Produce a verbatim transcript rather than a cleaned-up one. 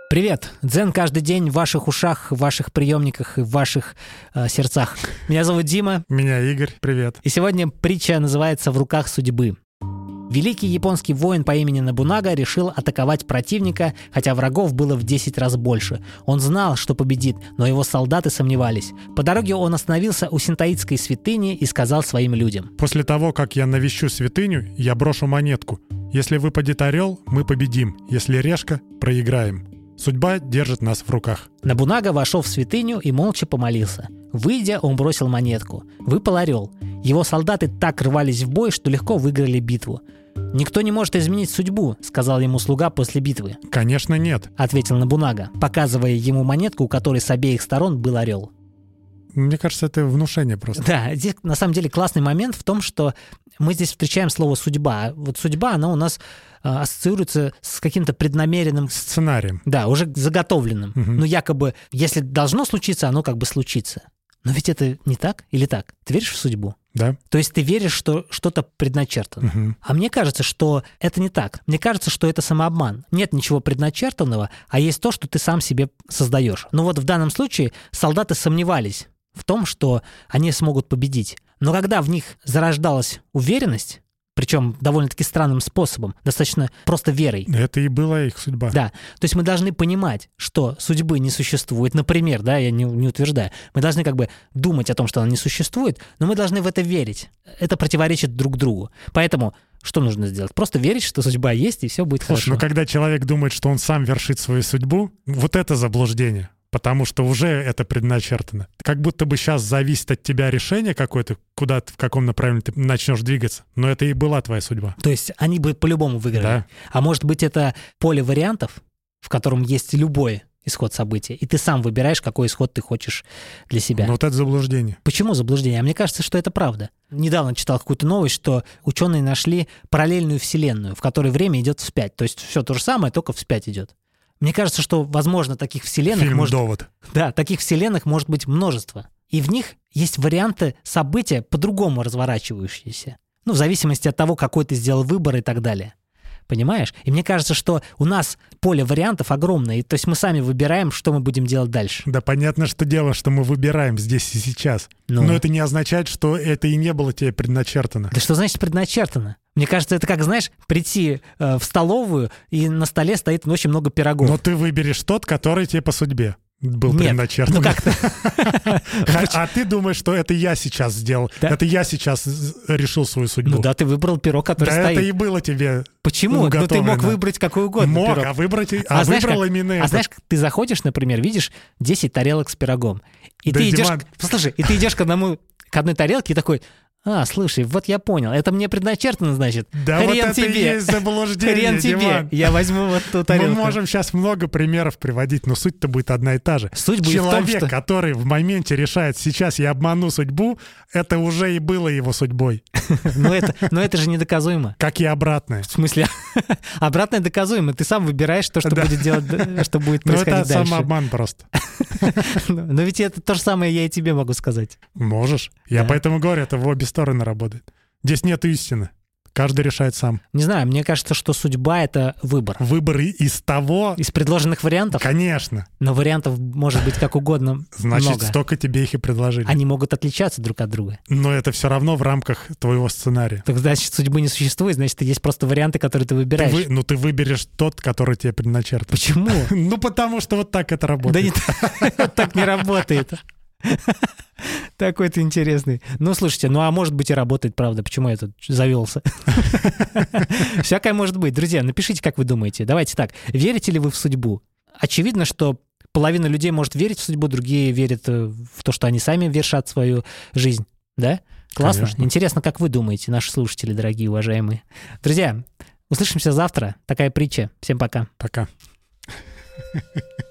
Привет! Дзен каждый день в ваших ушах, в ваших приемниках и в ваших э, сердцах. Меня зовут Дима. Меня Игорь. Привет. И сегодня притча называется «В руках судьбы». Великий японский воин по имени Нобунага решил атаковать противника, хотя врагов было в десять раз больше. Он знал, что победит, но его солдаты сомневались. По дороге он остановился у синтоитской святыни и сказал своим людям: «После того, как я навещу святыню, я брошу монетку. Если выпадет орел, мы победим. Если решка, проиграем. Судьба держит нас в руках». Нобунага вошел в святыню и молча помолился. Выйдя, он бросил монетку. Выпал орел. Его солдаты так рвались в бой, что легко выиграли битву. «Никто не может изменить судьбу», — сказал ему слуга после битвы. «Конечно нет», — ответил Нобунага, показывая ему монетку, у которой с обеих сторон был орел. Мне кажется, это внушение просто. Да, здесь на самом деле классный момент в том, что мы здесь встречаем слово «судьба». Вот судьба, она у нас э, ассоциируется с каким-то преднамеренным... Сценарием. Да, уже заготовленным. Угу. Ну, якобы, если должно случиться, оно как бы случится. Но ведь это не так или так? Ты веришь в судьбу? Да. То есть ты веришь, что что-то предначертано. Угу. А мне кажется, что это не так. Мне кажется, что это самообман. Нет ничего предначертанного, а есть то, что ты сам себе создаешь. Ну вот в данном случае солдаты сомневались в том, что они смогут победить. Но когда в них зарождалась уверенность, причем довольно-таки странным способом, достаточно просто верой. Это и была их судьба. Да. То есть мы должны понимать, что судьбы не существует. Например, да, я не, не утверждаю. Мы должны как бы думать о том, что она не существует, но мы должны в это верить. Это противоречит друг другу. Поэтому что нужно сделать? Просто верить, что судьба есть, и все будет Слушай, хорошо. но когда человек думает, что он сам вершит свою судьбу, вот это заблуждение. Потому что уже это предначертано. Как будто бы сейчас зависит от тебя решение какое-то, куда ты, в каком направлении ты начнешь двигаться. Но это и была твоя судьба. То есть они бы по-любому выиграли. Да. А может быть, это поле вариантов, в котором есть любой исход события, и ты сам выбираешь, какой исход ты хочешь для себя. Но вот это заблуждение. Почему заблуждение? А мне кажется, что это правда. Недавно читал какую-то новость, что ученые нашли параллельную вселенную, в которой время идет вспять. То есть все то же самое, только вспять идет. Мне кажется, что, возможно, таких вселенных... Фильм может... «Довод». Да, таких вселенных может быть множество. И в них есть варианты события, по-другому разворачивающиеся. Ну, в зависимости от того, какой ты сделал выбор и так далее. Понимаешь? И мне кажется, что у нас поле вариантов огромное. И, то есть мы сами выбираем, что мы будем делать дальше. Да, понятно, что дело, что мы выбираем здесь и сейчас. Ну. Но это не означает, что это и не было тебе предначертано. Да что значит предначертано? Мне кажется, это как, знаешь, прийти э, в столовую, и на столе стоит очень много пирогов. Но ты выберешь тот, который тебе по судьбе был Нет, предначертан. Ну как-то. А ты думаешь, что это я сейчас сделал, это я сейчас решил свою судьбу. Ну да, ты выбрал пирог, который стоит. Да это и было тебе. Почему? Ну ты мог выбрать какой угодно Мог, пирог. а выбрать, а выбрал именно это. А знаешь, ты заходишь, например, видишь десять тарелок с пирогом, и ты идешь, послушай, и ты идешь к одному, к одной тарелке и такой: а, слушай, вот я понял, это мне предначертано, значит. Да, хрен вот это тебе. И есть заблуждение, Хрен тебе, Диман. Я возьму вот ту тарелку. Мы можем сейчас много примеров приводить, но суть-то будет одна и та же. Суть будет Человек, в том, что... который в моменте решает: сейчас я обману судьбу, это уже и было его судьбой. Но это, но это же недоказуемо. Как и обратное. В смысле? Обратное доказуемо. Ты сам выбираешь то, что будет делать, что будет происходить дальше. Ну это самообман просто. Но ведь это то же самое я и тебе могу сказать. Можешь. Я поэтому говорю, это в обе стороны работает. Здесь нет истины. Каждый решает сам. Не знаю, мне кажется, что судьба — это выбор. Выбор из того... Из предложенных вариантов? Конечно. Но вариантов может быть как угодно. Значит, много. столько тебе их и предложили. Они могут отличаться друг от друга. Но это все равно в рамках твоего сценария. Так значит, судьбы не существует, значит, есть просто варианты, которые ты выбираешь. Ты вы... Ну ты выберешь тот, который тебе предначертан. Почему? Ну потому что вот так это работает. Да так не работает. Такой ты интересный. Ну, слушайте, ну а может быть и работает, правда. Почему я тут завелся? Всякое может быть. Друзья, напишите, как вы думаете. Давайте так. Верите ли вы в судьбу? Очевидно, что половина людей может верить в судьбу, другие верят в то, что они сами вершат свою жизнь. Да? Классно. Конечно. Интересно, как вы думаете, наши слушатели, дорогие, уважаемые. Друзья, услышимся завтра. Такая притча. Всем пока. Пока.